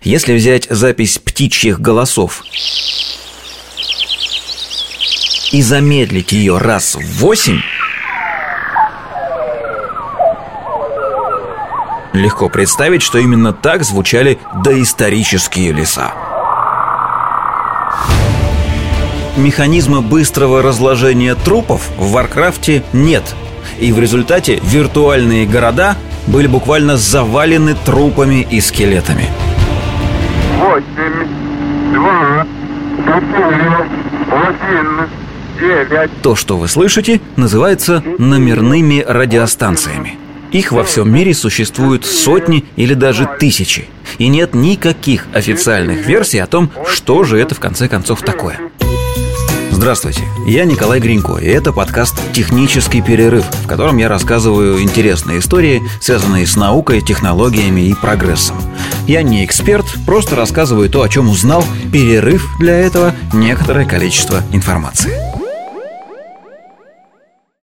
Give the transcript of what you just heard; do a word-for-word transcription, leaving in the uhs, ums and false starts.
Если взять запись птичьих голосов и замедлить ее раз в восемь, легко представить, что именно так звучали доисторические леса. Механизма быстрого разложения трупов в Варкрафте нет. И в результате виртуальные города были буквально завалены трупами и скелетами. Восемь, два, четыре, один, девять. То, что вы слышите, называется номерными радиостанциями. Их во всем мире существуют сотни или даже тысячи. И нет никаких официальных версий о том, что же это в конце концов такое. Здравствуйте, я Николай Гринько, и это подкаст «Технический перерыв», в котором я рассказываю интересные истории, связанные с наукой, технологиями и прогрессом. Я не эксперт, просто рассказываю то, о чем узнал, перерыв для этого некоторое количество информации.